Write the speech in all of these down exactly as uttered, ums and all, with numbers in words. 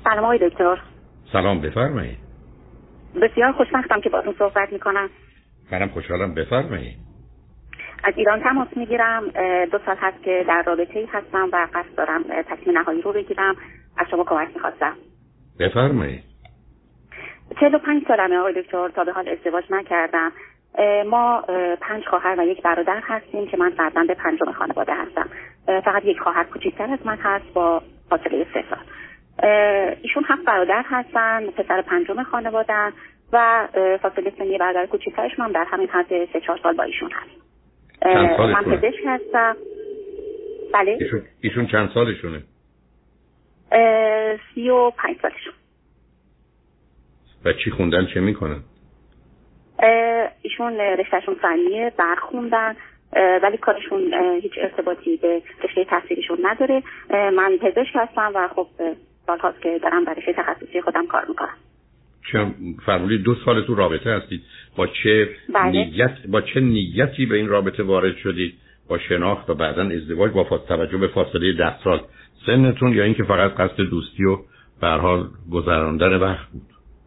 سلام آقای دکتر. سلام، بفرمایید. بسیار خوشبختم که باهاتون صحبت میکنم. منم خوشحالم، بفرمایید. از ایران تماس میگیرم. دو سال هست که در رابطه‌ای هستم و قصد دارم تصمیم نهایی رو بگیرم. از شما کمک میخواستم. بفرمایید. چهل و پنج سالمه آقای دکتر، تا به حال ازدواج نکردم. ما پنج خواهر و یک برادر هستیم که من فرزند پنجم خانواده هستم. فقط یک خواهر کوچکتر از من هست با فاصله سه سال. ایشون هفت برادر هستن، پسر پنجم خانواده و فاصله سنی برادر کوچکترشون هم در همین حد سه چهار سال با ایشون هست. من پزشک هستم. بله. ایشون, ایشون چند سالشونه؟ سی و پنج سالشون. و چی خوندن، چه میکنن؟ ایشون رشتهشون فنیه، برق خوندن، ولی کارشون هیچ ارتباطی به رشته تحصیلیشون نداره. من پزشک هستم و خب سال هاست که دارم در رشته تخصصی خودم کار میکنم. چه فرمودید دو سال تو رابطه هستید؟ با چه بله. نیت با چه نیتی به این رابطه وارد شدید؟ با شناخت و بعداً ازدواج با توجه به فاصله ده سال سنتون، یا اینکه فقط قصد دوستی و به هر حال گذراندن وقت بود؟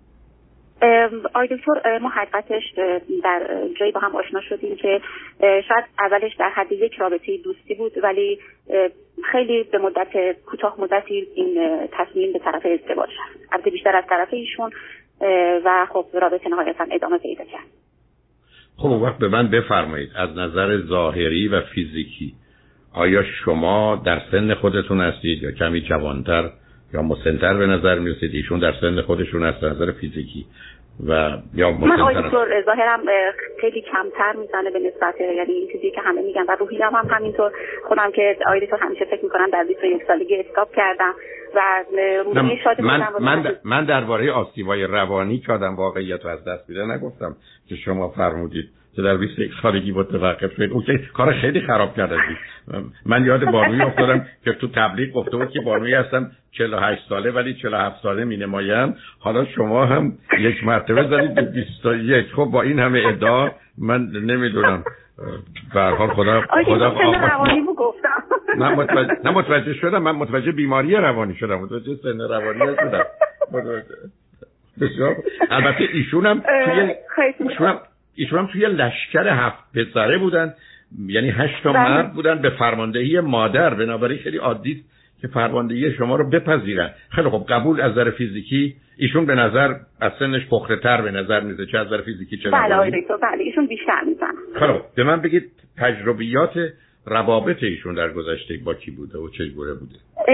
آقای دکتر، ما حقیقتش در جایی با هم آشنا شدیم که شاید اولش در حد یک رابطه دوستی بود، ولی خیلی به مدت کوتاه مدتی این تصمیم به طرف ازدواج شد، البته بیشتر از طرف ایشون، و خب رابطه نهایتاً ادامه پیدا کرد. خب وقت به من بفرمایید، از نظر ظاهری و فیزیکی آیا شما در سن خودتون هستید یا کمی جوانتر یا مسن‌تر به نظر میرسید؟ ایشون در سن خودشون هست از نظر فیزیکی و یا مسن‌تر؟ من آقای دکتر ظاهرم خیلی کمتر میزنه به نسبت، یعنی این چیزی که همه میگن، و روحیم هم همینطور. خودم که آقای دکتر همیشه فکر میکنم در بیست و یک سالگی استاپ کردم و روحی شاد من بودم. من من, من درباره آسیب‌های روانی که آدم واقعیت رو از دست میده نگفتم که شما فرمودید که در بیست و یک سالگی متوقف شد. اوکی، کار خیلی خراب کردید. من یاد بانویی افتادم که تو تبلیغ گفته بود که بانویی هستم چهل و هشت ساله ولی چهل و هفت ساله می‌نمایم. حالا شما هم یک مرتبه زدید به بیست و یک. خب با این همه ادعا من نمیدونم، به هر حال خدا خدا روانی رو گفتم. من متوجه نه متوجه شدم، من متوجه بیماری روانی شدم، متوجه سن روانی شدم. بسیار. البته ایشون هم توی ایشون هم ایشون هم توی لشکر هفت پسره بودن، یعنی هشت تا مرد بودن به فرماندهی مادر، بنابراین خیلی عادی است که فرماندهی شما رو بپذیرن. خیلی خب، قبول. از نظر فیزیکی ایشون به نظر از سنش پخته‌تر به نظر میاد، چه از نظر فیزیکی چه بله آقای دکتر، بله ایشون بیشتر میزنن. خیلی خب، به من بگید تجربیات روابط ایشون در گذشته با کی بوده و چگونه بوده؟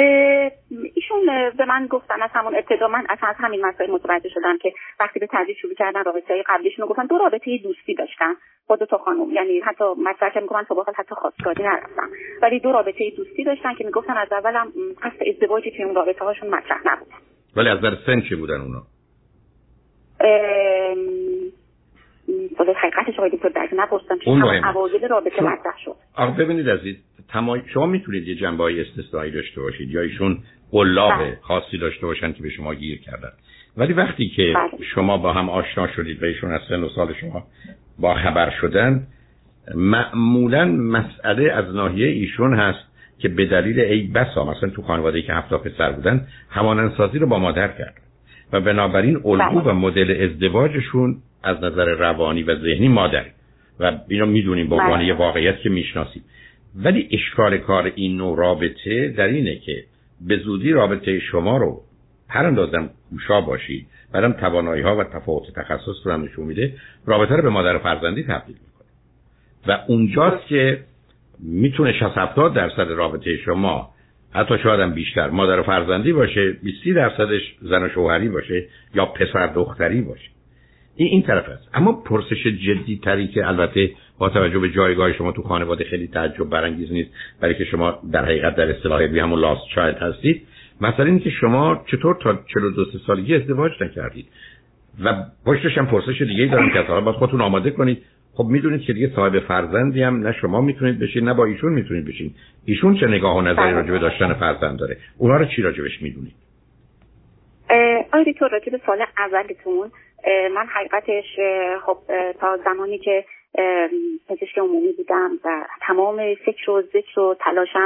ایشون به من گفتن از همون ابتدا، من اصلا از همین مسائل متوجه شدم که وقتی به تدریج شروع کردن رابطه‌های قبلیشون رو گفتن دو رابطه دوستی داشتن، خود دو تا خانم، یعنی حتی مطرح که میگم تا واقعا حتی خواستگاری نرفتن، ولی دو رابطه دوستی داشتن که میگفتن از اولم قصد ازدواجی توی اون رابطه هاشون مطرح نبود. ولی از نظر سن چه بودن اونا؟ خود حقیقتش آقای دکتر درک نپرسیدم که همون اوایل رابطه مطرح شد. آخه ببینید عزیز، تمام شما میتونید یه جنبه‌های استثنایی داشته باشید یا ایشون قلاب خاصی داشته باشن که به شما گیر کردن، ولی وقتی که بله. شما با هم آشنا شدید و ایشون از سن و سال شما با خبر شدن، معمولاً مسئله از ناحیه ایشون هست که به دلیل ای بسا مثلا تو خانواده‌ای که هفت تا پسر بودن همانندسازی رو با مادر کرد و بنابراین الگو و مدل ازدواجشون از نظر روانی و ذهنی مادر، و اینو میدونیم با عنوان یه واقعیت که میشناسیم. ولی اشکال کار این نوع رابطه در اینه که به زودی رابطه شما رو هر اندازم گوشا باشید، بعدم توانایی ها و تفاوت تخصص رو هم نشون میده، رابطه رو به مادر فرزندی تبدیل میکنه و اونجاست که میتونه شصت هفتاد درصد رابطه شما، حتی شاید هم بیشتر، مادر فرزندی باشه، بیست درصدش زن و شوهری باشه یا پسر دختری باشه. این این طرف است. اما پرسش جدی تری که البته با توجه به جایگاه شما تو خانواده خیلی تعجب برانگیز نیست، برای که شما در حقیقت در اصطلاح علمی همون لاست چایلد هستید، مثلا این که شما چطور تا چهل و دو سالگی ازدواج نکردید و پشتش هم پرسش دیگه دارم که حالا باید خودتون آماده کنید. خب میدونید که دیگه صاحب فرزندی هم نه شما میتونید بشین نه با ایشون میتونید بشین. ایشون چه نگاه و نظری راجع به داشتن فرزند داره؟ اونا رو چی راجبش میدونید؟ آقای دکتر، راجع به سوال اولتون، من حقیقتش خب تا زمانی که پزشک عمومی بودم و تمام فکر و ذکر و تلاشم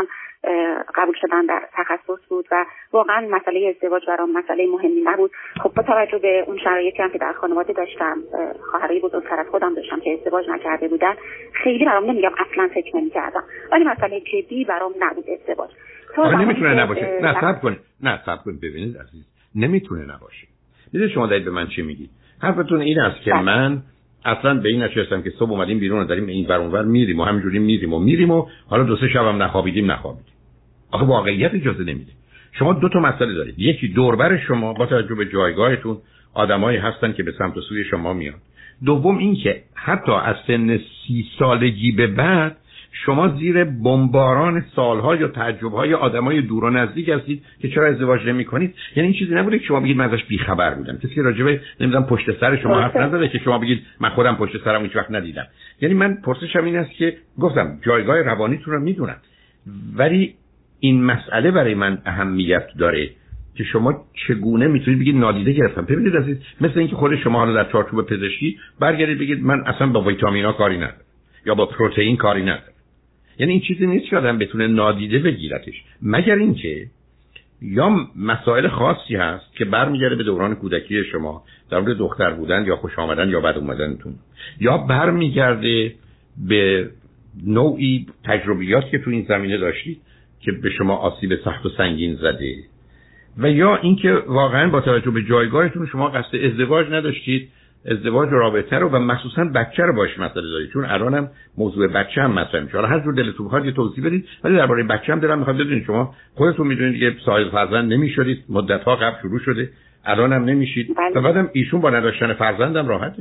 قبول شدن در تخصص بود و واقعا مسئله ازدواج برام مسئله مهمی نبود. خب با توجه به اون شرایطی هم که در خانواده داشتم، خواهرای بزرگتر از خودم داشتم که ازدواج نکرده بودن، خیلی برام نمیگم اصلا فکر نمی‌کردم، ولی مسئله جدی برام نبود ازدواج. نمیتونه نباشه. نه صبر کن. نه صبر کن ببینید عزیز، نمیتونه نباشه. میدونید شما دارید به من چی میگید؟ حرفتون این است که من اصلا به این نشستم که صبح اومدیم بیرون و داریم این ور اون ور میریم و همینجوری میریم و میریم و حالا دو سه شبم نخوابیدیم نخوابیدیم. آخه واقعیت اجازه نمیده. شما دو تا مسئله دارید. یکی دوربر شما با توجه به جایگاهتون آدمایی هستن که به سمت و سوی شما میان. دوم این که حتی از سن سی سالگی به بعد شما زیر بمباران سالها یا تجربه‌های آدمای دور و نزدیک هستید که چرا ازدواج نمی‌کنید. یعنی این چیزی نبوده که شما بگید من ازش بی‌خبر بودم. کسی راجبه نمی‌دونم پشت سر شما حرف نزده که شما بگید من خودم پشت سرم هیچ وقت ندیدم. یعنی من پرسشم این است که گفتم جایگاه روانیتون رو میدونم، ولی این مسئله برای من اهمیت داره که شما چگونه میتونید بگید نادیده گرفتم. ببینید عزیز، مثل اینکه خود شما حالا در چارچوب پزشکی برگردید بگید من اصلا با ویتامینا کاری ندارم یا با پروتئین کاری ندارم. یعنی این چیزی نیست که آدم بتونه نادیده بگیرتش، مگر اینکه یا مسائل خاصی هست که برمیگرده به دوران کودکی شما در مورد دختر بودن یا خوش آمدن یا بد اومدنتون، یا برمیگرده به نوعی تجربیات که تو این زمینه داشتید که به شما آسیب سخت و سنگین زده، و یا اینکه واقعا با توجه به جایگاهتون شما قصد ازدواج نداشتید، ازدواج و رابطه رو و مخصوصا بچه رو باش مسئله دارید. چون الانم موضوع بچه هم مطرح میشه. حالا هر جور دلتون بخواد یه توضیح بدید، ولی درباره بچه هم دلم میخواد بدونید. شما خودتون میدونید که صاحب فرزند نمیشدید، مدت‌ها قبل شروع شده، الانم نمیشید و بعدم ایشون با نداشتن فرزندم راحته.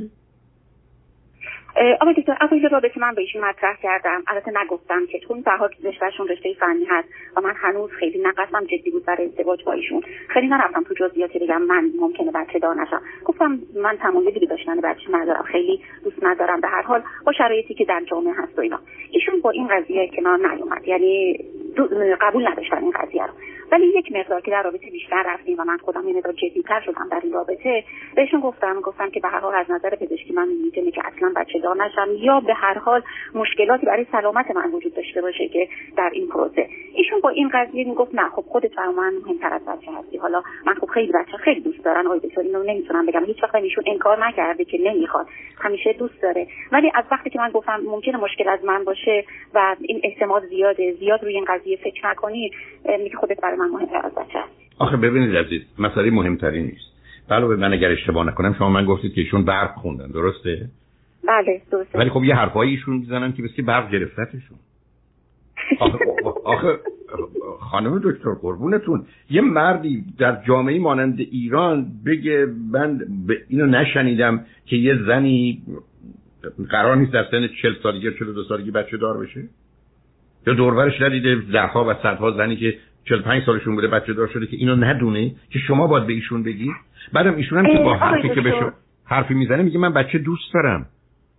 آقای دکتر، اول رابطه من به ایشون مطرح کردم، البته نگفتم که چون به هر حال رشتهشون رشته فنی هست و من هنوز خیلی نقصم جدی بود برای ازدواج با ایشون، خیلی نرفتم تو جزئیاتی بگم من ممکنه بچه دار نشم. گفتم من تمایلی به داشتن بچه ندارم، خیلی دوست ندارم، به هر حال با شرایطی که در جامعه هست و اینا. ایشون با این قضیه کنار نیومد، یعنی قبول نداشتن این قضیه رو. ولی یک مقدار که در رابطه بیشتر رفتیم و من خودم یه مقدار جدی‌تر شدم در این رابطه، بهشون گفتم گفتم که به هر حال از نظر پزشکی من می‌بینم که اصلا بچه دار نشم یا به هر حال مشکلاتی برای سلامت من وجود داشته باشه که در این پروسه. ایشون با این قضیه میگفت نه خب خودت برای من مهمتر از بچه هستی. حالا من خب خیلی بچه خیلی دوست دارن آقای دکتر، اینو نمیتونم بگم، هیچ وقت ایشون انکار نکرده که نمیخواد، همیشه دوست داره. ولی از وقتی که من گفتم ممکنه مشکل از من باشه و این احتمال زیاده، زیاد روی این قضیه فکر نکنید، میگه خودت برای من مهمتر از بچه هستی. آخه ببینید عزیز، مسئله مهمتری نیست. علاوه من اگر اشتباه نکنم شما من گفتید که ایشون برق خوندن، درسته؟ بله درسته. ولی خب یه حرفایی ایشون میزنن که بسیار برق گرفتتشون. آخه آخه خانم دکتر قربونتون، یه مردی در جامعه مانند ایران بگه من اینو نشنیدم که یه زنی قرار نیست در سن چهل سالگی یا چهل و دو سالگی بچه دار بشه؟ یا دوربرش ندیده ده‌ها و صدها زنی که چهل و پنج سالشون بوده بچه دار شده که اینو ندونه که شما باید به ایشون بگید؟ بعدم ایشون هم که با حرفی که بشه حرفی میزنه میگه من بچه دوست دارم.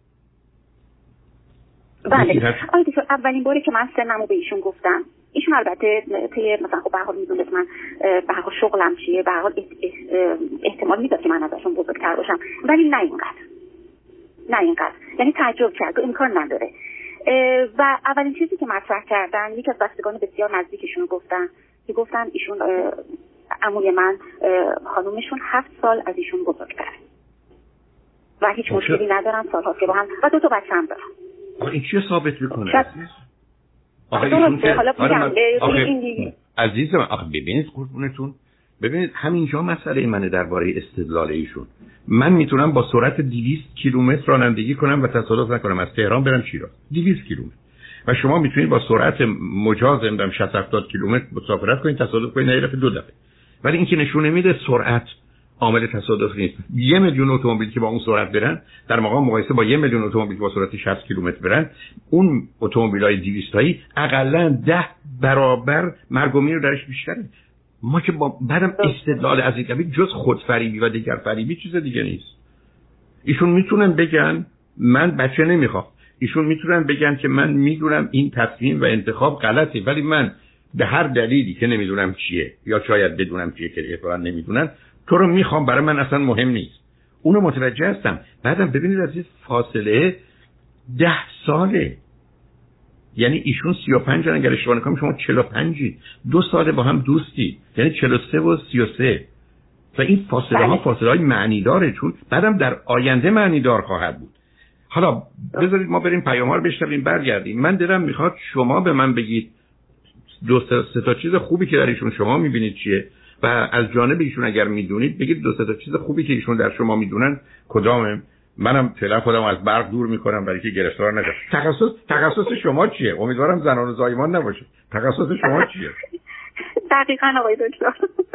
بله آقای دکتر، اولین باری که من سنمو به ایشون گفتم، ایشون البته طی مثلا خب به هر حال میدونست من به هر حال شغلم چیه، به هر حال احتمال میداد که من ازشون بزرگتر باشم، ولی نه اینقدر نه اینقدر یعنی تعجب کرد و امکان نداره. و اولین چیزی که مطرح کردن، یکی از بستگان بسیار نزدیکشون گفتن که گفتن ایشون عموی من خانومشون هفت سال از ایشون بزرگتره و هیچ مشکلی ندارن، سال‌هاست که با هم و دو تا بچه هم دارن. آخه این چی ثابت میکنه شد... عزیز؟ آخه ایشون که حالا بگم آخه... این عزیزم آخه ببینید قربونتون، ببینید همینجا مسئله منه درباره استدلال ایشون. من میتونم با سرعت دویست کیلومتر رانندگی کنم و تصادف نکنم، از تهران برم شیراز دویست کیلومتر، و شما میتونید با سرعت مجاز اندم شصت هفتاد کیلومتر مسافرت کنید، تصادف کنید نه دفعه دو دفعه. ولی این که نشون میده سرعت عامل تصادف نیست. یه میلیون اتومبیل که با اون سرعت برن در مقام مقایسه با یه میلیون اتومبیل با سرعت شصت کیلومتر برن، اون اتومبیلای دویست تایی حداقل ده برابر مرگ و میر درش بیشتره. ما که با بعدم استدلال از این قبیل جز خودفریبی و دگرفریبی چیز دیگه نیست. ایشون میتونن بگن من بچه نمیخوام، ایشون میتونن بگن که من میدونم این تصمیم و انتخاب غلطه، ولی من به هر دلیلی که نمیدونم چیه یا شاید بدونم چیه که احتمالاً نمیدونن تو رو میخوام، برای من اصلا مهم نیست. اونو متوجه هستم. بعدم ببینید از این فاصله ده ساله. یعنی ایشون سی و پنج اگر اشتباه نکنم شما چهل و پنج دو سال با هم دوستی، یعنی چهل و سه و سی و سه و این فاصله ها فاصله های معنی داره، چون بعدم در آینده معنی دار خواهد بود. حالا بذارید ما بریم پیام ها رو بشنویم برگردیم. من دلم میخواد شما به من بگید دو سه تا چیز خوبی که در ایشون شما میبینید چیه و از جانب ایشون اگر میدونید بگید دو سه تا چیز خوبی که ایشون در شما میدونن کدامه. منم فعلا خودم از برق دور میکنم برای که گرفتار نشم. تخصص تخصص شما چیه؟ امیدوارم زنان و زایمان نباشه. تخصص شما چیه؟ دقیقاً آقای دکتر.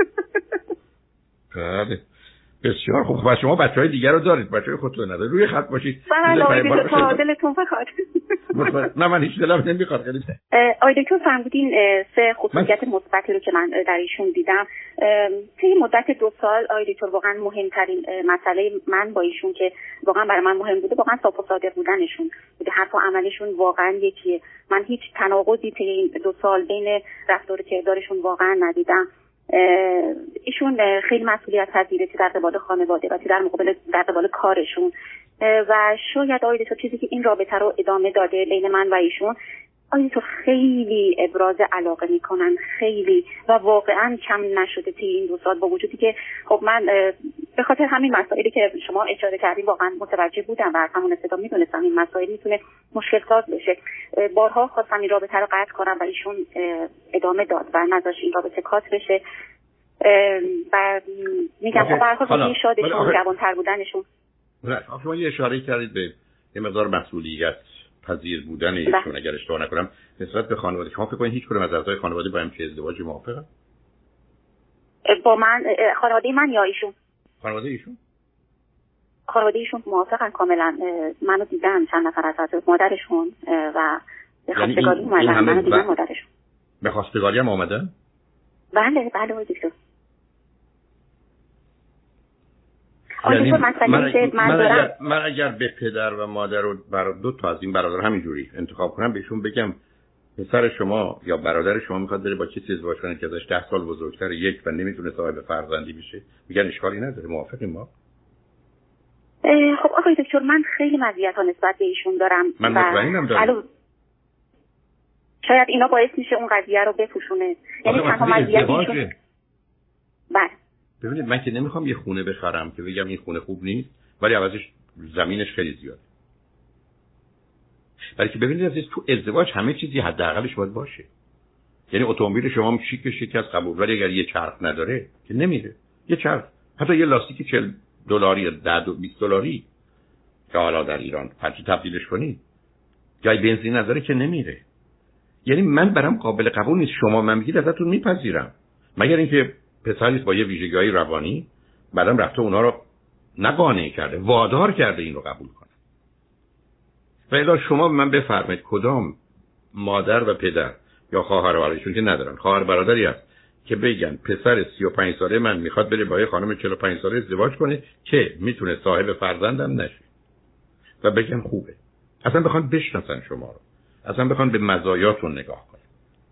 بله بسیار خوب. و شما بچهای دیگر رو دارید، بچهای خودتون ندارید. روی خط باشید. بله آقای دکتر دلتون بخواد. نه من هیچ دلم نمیخواد. خیلی آقای دکتر فرمودین سه خصوصیت مثبتی رو که من در ایشون دیدم. طی مدت دو سال آقای دکتر واقعا مهمترین مسئله من با ایشون که واقعا برای من مهم بوده واقعا صاف و صادق بودنشون بوده. حرف و عملشون واقعا یکیه. من هیچ تناقضی طی این دو سال بین رفتار و کردارشون واقعا ندیدم. ایشون خیلی مسئولیت پذیره در قبال خانواده و در مقابل در قبال کارشون و شاید آقای دکتر چیزی که این رابطه رو ادامه داده بین من و ایشون، آقای دکتر خیلی ابراز علاقه میکنن، خیلی و واقعا کم نشده توی این دو سال، با وجودی که خب من به خاطر همین مسائلی که شما اشاره کردین واقعا متوجه بودم و از همون ابتدا میدونستم این مسائل میتونه مشکل ساز بشه. بارها خواستم این رابطه رو قطع کنم و ایشون ادامه داد و نذاش این رابطه کات بشه و میگم خب برای خود شادشون جوان‌تر بودنشون. شما یه اشاره کردید به یه مقدار مسئولیت پذیر بودن ایشون اگر اشتباه نکنم نسبت به خانواده. شما فکر کنید هیچ کدوم از اعضای خانواده با همچین ازدواجی موافقن؟ با من خانواده من یا ایشون؟ خانواده ایشون؟ خانواده ایشون موافقن کاملا. منو دیدن چند نفر از اعضای مادرشون و به خواستگاری اومدن. منو دیدن مادرشون. به خواستگاری هم اومدن؟ بله بله دکتر. یعنی من, من, من, اگر, من اگر به پدر و مادر و برادر دو تا از این برادر همینجوری انتخاب کنم بهشون بگم پسر شما یا برادر شما میخواد بره با کسی ازدواج کنه که ازش ده سال بزرگتره یک و نمیتونه صاحب فرزندی بشه، میگن اشکالی نداره، موافقیم ما؟ خب آقای دکتر من خیلی مزیت‌ها نسبت به ایشون دارم. من مطمئنم دارم. شاید اینا باعث میشه اون قضیه رو بپوشونه. یعنی تنها مزیت ایشون. بله. ببینید من که نمیخوام یه خونه بخرم که بگم این خونه خوب نیست ولی عوضش زمینش خیلی زیاده. ولی که ببینید عزیز تو ازدواج همه چیزی حداقلش باید باشه. یعنی اتومبیل شما شیک شیک از قبول ولی اگر یه چرخ نداره که نمیره. یه چرخ حتی یه لاستیک چهل دلاری ده و بیست دلاری که حالا در ایران هرچی تبدیلش کنی جای بنزین نداره که نمیره. یعنی من برام قابل قبول نیست شما من بگید ازتون میپذیرم مگر اینکه پسری با یه ویژگی‌های روانی بعدم رفته اونا رو نقانع کرده وادار کرده این رو قبول کنه. و الا شما من بفرمایید کدام مادر و پدر یا خواهر و برادرشون که ندارن خواهر برادری هست که بگن پسر سی و پنج ساله من میخواد بره با یه خانم چهل و پنج ساله ازدواج کنه که میتونه صاحب فرزندم نشه و بگن خوبه. اصلا بخوان بشناسن شما رو، اصلا بخوان به مزایاتون نگاه کنن.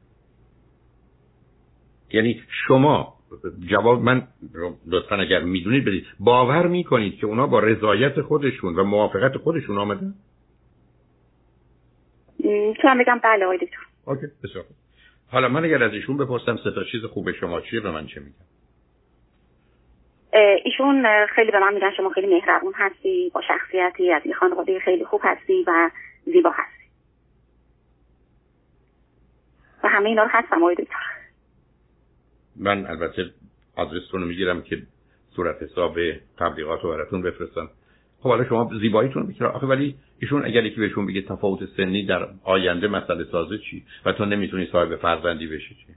یعنی شما جواب من لطفا اگر میدونید بدید باور میکنید که اونا با رضایت خودشون و موافقت خودشون آمدن؟ میتونم بگم بله آقای دکتر. اوکی بسیار خوب. حالا من اگر از ایشون بپرسم سه تا چیز خوب شما چیه به من چه میگن؟ ایشون خیلی به من میگن شما خیلی مهربون هستی، با شخصیتی، از این خانواده خیلی خوب هستی و زیبا هستی. و همه اینا رو هستم آقای دکتر. من البته آدرستون رو میگیرم که صورت حساب تبلیغات رو براتون بفرستم. خب حالا شما زیباییتون بگیر آخه ولی ایشون اگر یکی بهشون بگه تفاوت سنی در آینده مسئله سازه چی و تو نمیتونی صاحب فرزندی بشی چی؟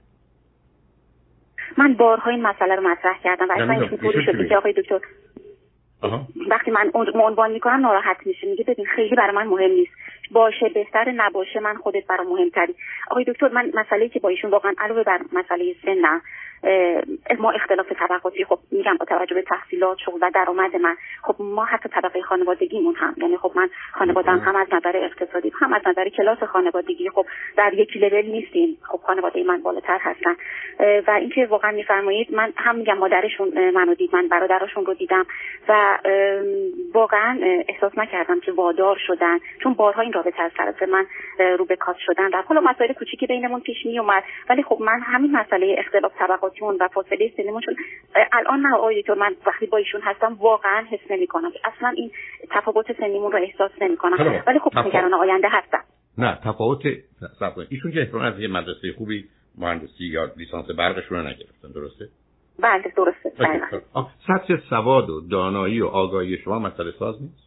من بارها این مسئله رو مطرح کردم و اصلا این طوری شده که آقای دکتر آها. وقتی من عنوان میکنم ناراحت میشه، میگه ببین خیلی برای من مهم نیست، باشه بهتر نباشه من خودت برام مهمتری. آقای دکتر من مسئله‌ای که با ایشون واقعا علاوه بر مسئله سن ما اختلاف طبقاتی خب میگم با توجه توجه به تحصیلات، شغل و درآمد من. خب ما حتی طبقه خانوادگیمون هم، یعنی خب من خانواده‌ام هم از نظر اقتصادی هم از نظر کلاس خانوادگی خب در یک لول نیستیم. خب خانواده من بالاتر هستن و اینکه واقعا میفرمایید من هم میگم مادرشون منو دید، من برادرشون رو دیدم و واقعا احساس نکردم که وادار شدن، چون بارها این رابطه از طرف من رو به کات شدن در حالا مسائل کوچیکی بینمون پیش می اومد، ولی خب من همین مسئله اختلاف طبقاتیمون و فاصله سنیمون چون الان نه آقای دکتر من وقتی با ایشون هستم واقعا حس نمی‌کنم، اصلا این تفاوت سنیمون رو احساس نمی‌کنم، ولی خب نگران آینده هستم. نه تفاوت صبر ایشون که احتمالاً از یه مدرسه خوبی مهندسی یا لیسانس برقشون رو نگرفتن، درسته؟ بله درسته. بله. سطح سواد و دانایی و آگاهی شما مسئله ساز نیست؟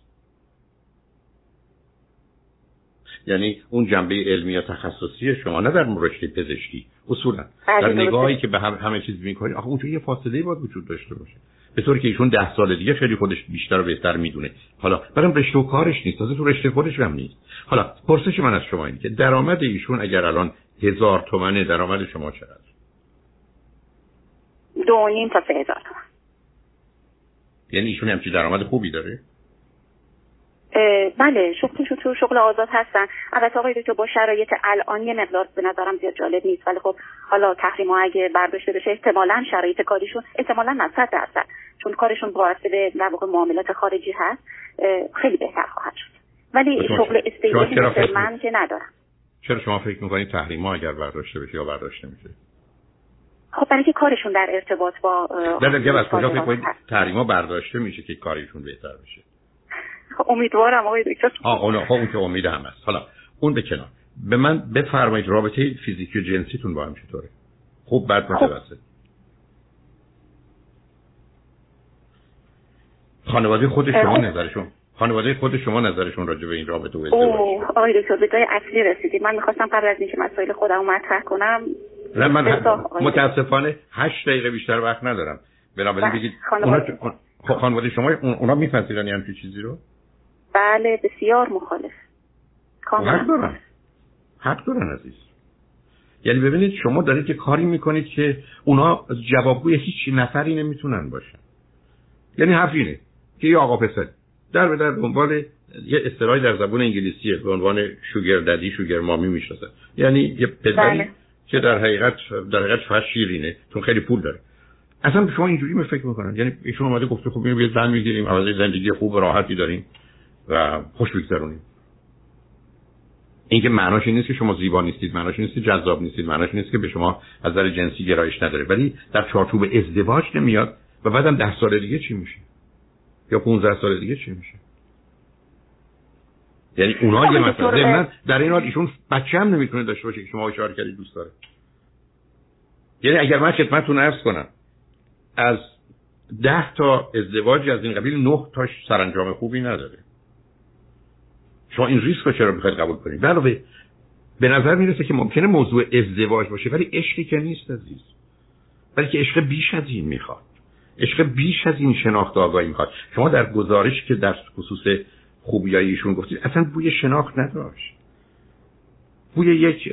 یعنی اون جنبه علمی یا تخصصی شما نه در رشته پزشکی اصولا در نگاهی که به هم همه چیز می‌کنید آخه اونجا یه فاصله باید وجود داشته باشه، به طوری که ایشون ده سال دیگه خیلی خودش بیشتر و بهتر میدونه. حالا برام رشته و کارش نیست، تازه تو رشته خودش هم نیست. حالا پرسش من از شما اینه که درآمد ایشون اگر الان هزار تومنه، درآمد شما چقدر؟ دو و نیم تا سه هزار تومن. یعنی ایشون همچین درآمد خوبی داره؟ بله شغلشون تو شغل آزاد هستن. البته آقای دکتر با شرایط الان یه مقدار به نظرم زیاد جالب نیست، ولی خب حالا تحریما اگه برداشته بشه احتمالاً شرایط کاریشون احتمالاً نصد درصد چون کارشون وابسته به در واقع معاملات خارجی هست خیلی بهتر خواهد شد، ولی شغل استیبل مثل من که ندارم. چرا شما فکر می‌کنید تحریما اگر برداشته بشه یا برداشته میشه؟ خب برای که کارشون در ارتباط با نه دیگه از کجا فکر کنید تحریما برداشته میشه که کارشون بهتر بشه؟ امیدوارم آقای دکتر. آه اون خب اون که امید هم هست. حالا اون به کنار، به من بفرمایید رابطه فیزیکی و جنسیتون با هم چطوره؟ خوب بد متوسط؟ خانواده خود شما نظرشون خانواده خود شما نظرشون راجع به این رابطه و ازدواج؟ آقای دکتر به جای اصلی رسیدید. من می‌خواستم قبل از اینکه مسائل خودم مطرح کنم نه من متاسفانه هشت دقیقه بیشتر وقت ندارم. بنابراین بگید خانواده اونا... خانواده شما اونا می‌پذیرن همین چیزی رو؟ بله بسیار مخالف. حق دارن حق دارن عزیز. یعنی ببینید شما دارید که کاری میکنید که اونا جوابگوی هیچ نفری نمیتونن باشن. یعنی حرف اینه که یه آقا پسر در به در دنبال یه اصطلاحی در زبان انگلیسیه به عنوان شوگر ددی شوگر مامی میشناسن، یعنی یه پدری بله. که در حقیقت در حقیقت فقط شیرینه چون خیلی پول داره. اصلا شما اینجوری می فکر میکنن؟ یعنی ایشون اومده گفته خب می‌بینیم زن میگیریم عوض زندگی خوب و راحتی داریم و خوش بگذرونیم. این که معناش این نیست که شما زیبا نیستید، معناش نیست که جذاب نیستید، معناش نیست که به شما از نظر جنسی گرایش نداره، ولی در چارچوب ازدواج نمیاد و بعدم ده سال دیگه چی میشه یا پانزده سال دیگه چی میشه؟ یعنی اونها یه مسئله من در این حال ایشون بچه هم نمیتونه داشته باشه که شما اشاره کردید دوست داره. یعنی اگر من خدمتتون عرض کنم از ده تا ازدواج از این قبیل نه تاش سرانجام خوبی نداره، شما این ریسک رو چرا بخواید قبول کنید؟ علاوه به نظر میرسه که ممکنه موضوع ازدواج باشه ولی عشقی که نیست عزیز، بلکه عشق بیش از این میخواد، عشق بیش از این شناخت و آگاهی میخواد. شما در گزارش که در خصوص خوبیای ایشون گفتید اصلا بوی شناخت نداشت، بوی یک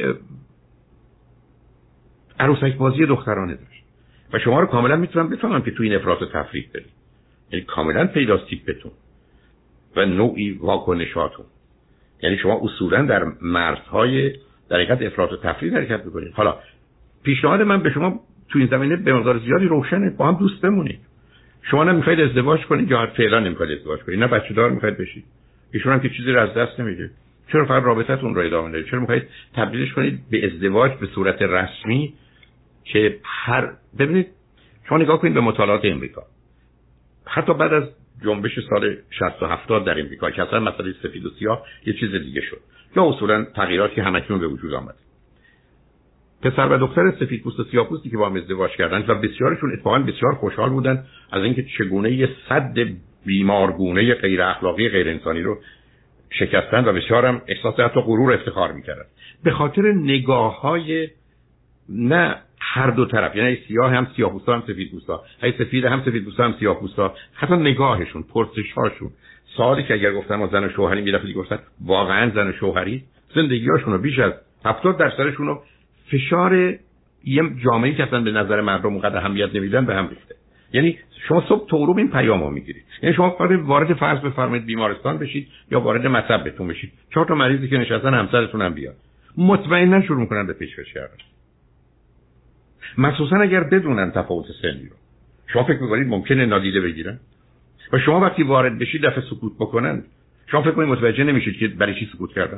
عروسک بازی دخترانه داشت و شما رو کاملا میتونم بفهمم که تو این افراط و تفریط دارید، یعنی کاملا پیداست تیپتون و نوعی واکنشاتون. یعنی شما اصولا در مرزهای در حقیقت افراط و تفریط حرکت میکنید. حالا پیشنهاد من به شما تو این زمینه به مقدار زیادی روشنه، با هم دوست بمونید. شما نمیخواید ازدواج کنید یا فعلا نمیخواید ازدواج کنید، نه بچه دار میخواید بشید، ایشون هم که چیزی رو از دست نمیده، چرا فقط رابطتون رو ادامه بدید؟ چرا میخواید تبدیلش کنید به ازدواج به صورت رسمی که هر ببینید شما نگاه کنید به مطالعات امریکا، حتی بعد از جنبش سال شصت و هفتاد در امریکا که اصلا مسئله سفید و سیاه یه چیز دیگه شد یا اصولا تغییراتی همکنون به وجود آمد، پسر و دختر سفیدپوست و سیاه‌پوستی که با هم ازدواج کردند و بسیارشون اتفاقا بسیار خوشحال بودن از اینکه چگونه یه صد بیمارگونه غیر اخلاقی غیر انسانی رو شکستن و بسیار هم احساس حتی غرور و افتخار می‌کردن به خاطر نگاه‌های نه هر دو طرف، یعنی سیاه هم سیاه‌پوستا هم سفیدپوستا، های سفید هم سفیدپوستا هم سیاه‌پوستا، حتی نگاهشون، پرسش‌هاشون، سوالی که اگر گفتن ما زن و شوهری می‌رفتن گفتن واقعا زن و شوهری، زندگی‌هاشون رو بیش از هفتاد درصدشون رو فشار یه جامعه‌ای که اصلا به نظر مردم اونقدر اهمیت نمیدن به هم ریخته. یعنی شما صبح تا غروب این پیامو میگیرید. یعنی شما فقط وارد فرض بفرمایید بیمارستان بشید یا وارد مطب بتون بشید، چهار تا مریضی که نشستن همسرتون هم بیاد، مطمئنا شروع میکنن به پیشکش کردن. مخصوصا اگر بدونن تفاوت سنی رو. شما فکر میکنید ممکنه نادیده بگیرن؟ و شما وقتی وارد بشید دفعه سکوت بکنن، شما فکر کنید متوجه نمیشید که برای چی سکوت کردن؟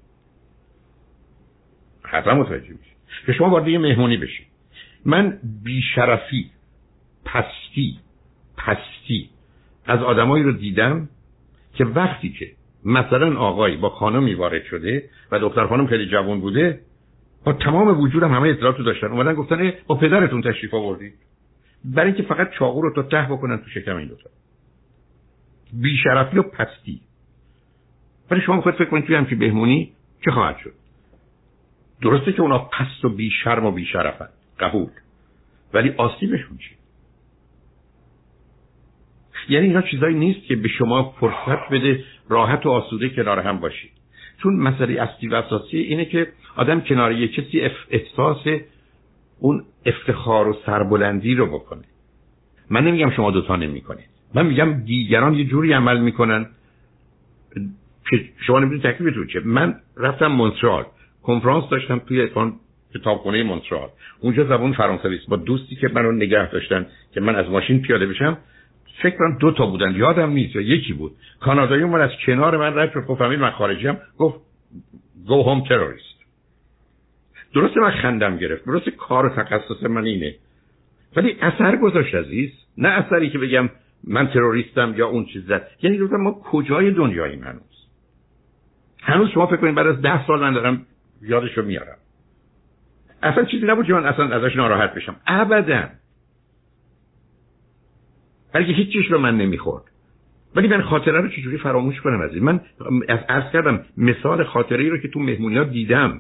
حتما متوجه میشید. که شما وارد یه مهمونی بشید، من بیشرفی، پستی پستی از آدمایی رو دیدم که وقتی که مثلا آقای با خانمی وارد شده و دختر خانم خیلی جوان بوده، با تمام وجودم همه اطلاعاتو داشتن، اومدن گفتن با پدرتون تشریف آوردید، برای اینکه فقط چاقو رو تا ته بکنن تو شکم این دوتا. بیشرفی و پستی. ولی شما خودت فکر کنید توی همچین بهمونی چه خواهد شد؟ درسته که اونا پست و بیشرم و بیشرفن، قبول، ولی آسیبشون چیه؟ یعنی اینا چیزایی نیست که به شما فرصت بده راحت و آسوده کنار هم باشید. چون مسئله اصلی و اساسی اینه که آدم کنار یک کسی احساس اون افتخار و سربلندی رو بکنه. من نمیگم شما دوتا نمی کنید، من میگم دیگران یه جوری عمل میکنن که شما نمیدونید تکلیفتون چیه. من رفتم مونترال، کنفرانس داشتم توی اتفاقاً کتابخونه مونترال، اونجا زبان فرانسوی با دوستی که منو نگه داشتن که من از ماشین پیاده بشم. فکر کنم دو تا بودن، یادم نیست، یا یکی بود. کانادایی اومد از کنار من رد شد، گفت فهمید من خارجی‌ام، گفت گو هوم تروریست. درسته من خندم گرفت، درسته کار و تخصص من اینه، ولی اثر گذاشت عزیز، نه اثری که بگم من تروریستم یا اون چیز زد. یعنی گفتم ما کجای دنیاییم هنوز؟ هنوز شما فکر کنید بعد از ده سال من دارم یادشو میارم. اصلا چیزی نبود که من اصلا ازش ناراحت بشم، ابداً. بلکه هیچ چیز رو من نمیخورد. ولی من خاطره رو چجوری فراموش کنم عزیز؟ من از عرض کردم مثال خاطره‌ای رو که تو مهمونی‌ها دیدم.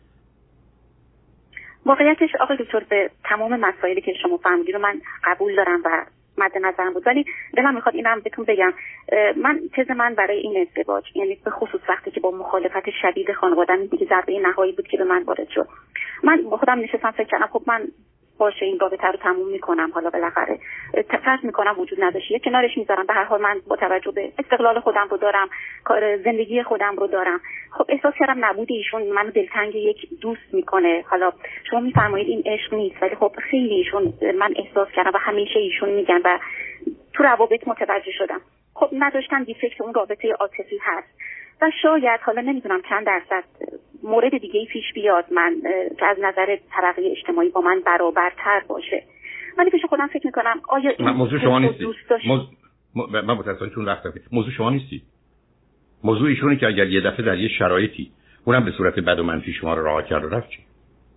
واقعیتش آقای دکتر به تمام مسائلی که شما فرمودید رو من قبول دارم و مد نظرم بود، ولی دلم میخواد اینم بهتون بگم. من تز من برای این ازدواج، یعنی به خصوص وقتی که با مخالفت شدید خانواده‌ام دیگه ضربه نهایی بود که به من وارد شد، من با خودم نشستم فکر کردم خب من باشه این رابطه رو تموم میکنم، حالا بالاخره فرض میکنم وجود نداشته، کنارش میذارم، به هر حال من با توجه به استقلال خودم رو دارم، کار زندگی خودم رو دارم. خب احساس کردم نبود ایشون منو دلتنگ یک دوست میکنه. حالا شما میفرمایید این عشق نیست، ولی خب خیلی ایشون من احساس کردم و همیشه ایشون میگن و تو روابط متوجه شدم خب نداشتن دیفکت اون رابطه عاطفی هست و شاید حالا نمیدونم چند درصد مورد دیگه پیش بیاد من که از نظر طبقه اجتماعی با من برابرتر باشه. ولی پیش خودم فکر میکنم آیا این موضوع شما نیستی. موضوع من متأسفانه چون وقت رفت. موضوع شما نیستی. موضوع ایشونه که اگر یه دفعه در یه شرایطی اونم به صورت بد و منفی شما رو رها کرد و رفت چی؟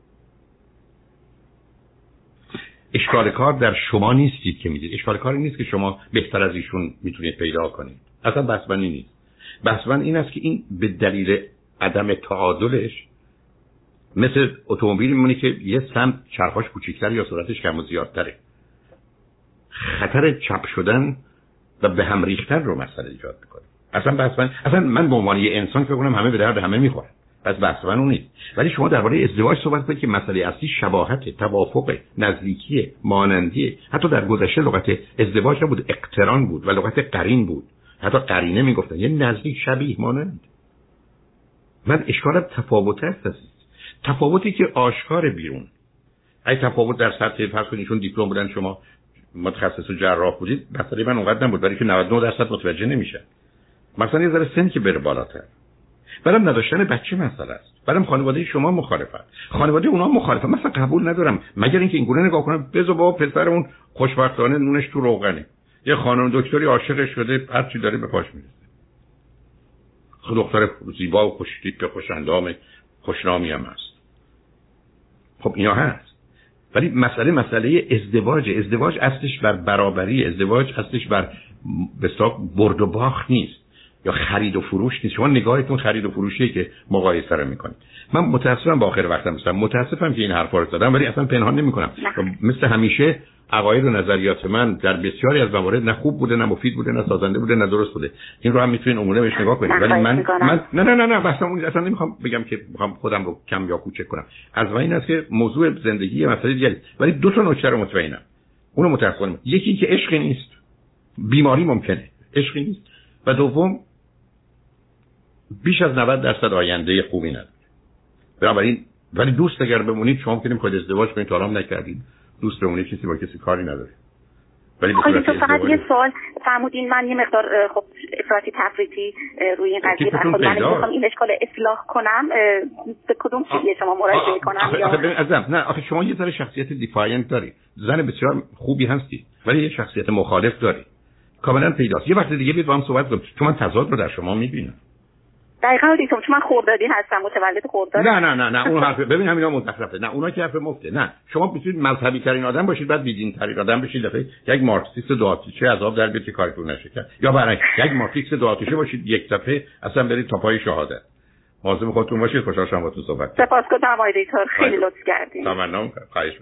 اشکال کار در شما نیستید که میدید. اشکال کار این نیست که شما بهتر از ایشون میتونید پیدا کنید. اصلا بحث من این نیست. بحث من این است که این به دلیل عدم تعادلش مثل اتومبیل میمونه که یه سمت چرخاش کوچیک‌تر یا سرعتش کم و زیادتره. خطر چپ شدن و به هم ریختن رو مسئله ایجاد میکنه. اصلا بحث من اصلا من به عنوان یه انسان فکر کنم همه به درد همه میخورن. پس بحث من اون نیست. ولی شما درباره ازدواج صحبت کنید که مسئله اصلی شباهت، توافق، نزدیکی، مانندی. حتی در گذشته لغت ازدواج نبود، اقتران بود و لغت قرین بود. حتی قرینه میگفتن یه نزدیک، شبیه، مانند. من اشکالم تفاوت است. تفاوتی که آشکار بیرون. ای تفاوت در سطح فرض کنید ایشون دیپلم بودن، شما متخصص و جراح بودید، مسئله من اونقدر نبود، برای که نود و نه درصد متوجه نمیشن. مثلا یه ذره سن که بره بالاتر. برام نداشتن بچه مسئله است. برام خانواده شما مخالفن. خانواده اونها مخالفن. مثلا قبول ندارم. مگر اینکه این گونه نگاه کنم بزو بابا پسرمون خوشبختانه نونش تو روغنه. یه خانم دکتری عاشقش شده، هر چی داره به پاش میرسه. خود دختر زیبا و خوشتیپ به خوش اندام خوشنامی هم هست. خب اینا هست. ولی مسئله مسئله ازدواج. ازدواج اصلش بر برابری، ازدواج اصلش بر بساق برد و باخت نیست یا خرید و فروش نیست. شما نگاهتون خرید و فروشیه که مقایسه رو میکنید. من متاسفم با آخر وقتم هستم، متاسفم که این حرفا رو زدم، ولی اصلا پنهان نمیکنم. مثل همیشه عقاید و نظریات من در بسیاری از موارد نه خوب بوده، نه مفید بوده، نه سازنده بوده، نه درست بوده. این رو هم میتونین عموما بهش نگاه کنید. ولی من من نه نه نه نه بحثم اون اصلا نمیخوام بگم که میخوام خودم رو کم یا کوچک کنم. از این است که موضوع زندگی مسئله دیگه، ولی دو تا نکته رو مطمئنم. اونو متأسفانه. یکی که عشقی نیست، بیماری ممکنه، عشقی نیست. و دوم بیش از نود درصد آینده خوبی نداره. بنابراین ولی دوست اگر بمونید شما می‌تونید خود ازدواج کنید، تا الان نکردید. دوست بمونید چیزی با کسی کاری نداره. ولی آقای دکتر فقط یه سوال فرمودین، من یه مقدار خب افراطی تفریطی روی این قضیه برخورد من می‌خوام این اشکال اصلاح کنم، به کدوم چیزی شما مراجعه می‌کنم؟ یا عزیزم نه آخه شما یه ذره شخصیت دیفاینت دارید، زن بسیار خوبی هستی ولی یه شخصیت مخالف داری، کاملا پیداست. یه وقت دیگه بیاد با هم صحبت کنیم چون من تضاد رو در شما می‌بینم. دقیقاً دیدم چون من خردادی هستم، متولد خرداد. نه نه نه نه اون حرف ببین همینا مزخرفه. نه اونا که حرف مفته. نه شما میتونید مذهبی ترین آدم باشید بعد بیدین ترین آدم بشید، دفعه یک مارکسیست دو آتیشه عذاب در بیاد که کارتون نشه کرد، یا برعکس یک مارکسیست دو آتیشه باشید یک دفعه اصلا برید تا پای شهادت. مواظب خودتون باشید. خوشحال شدم باهاتون صحبت کردم. سپاسگزارم آقای دکتر، خیلی لطف کردین. تمام. خواهش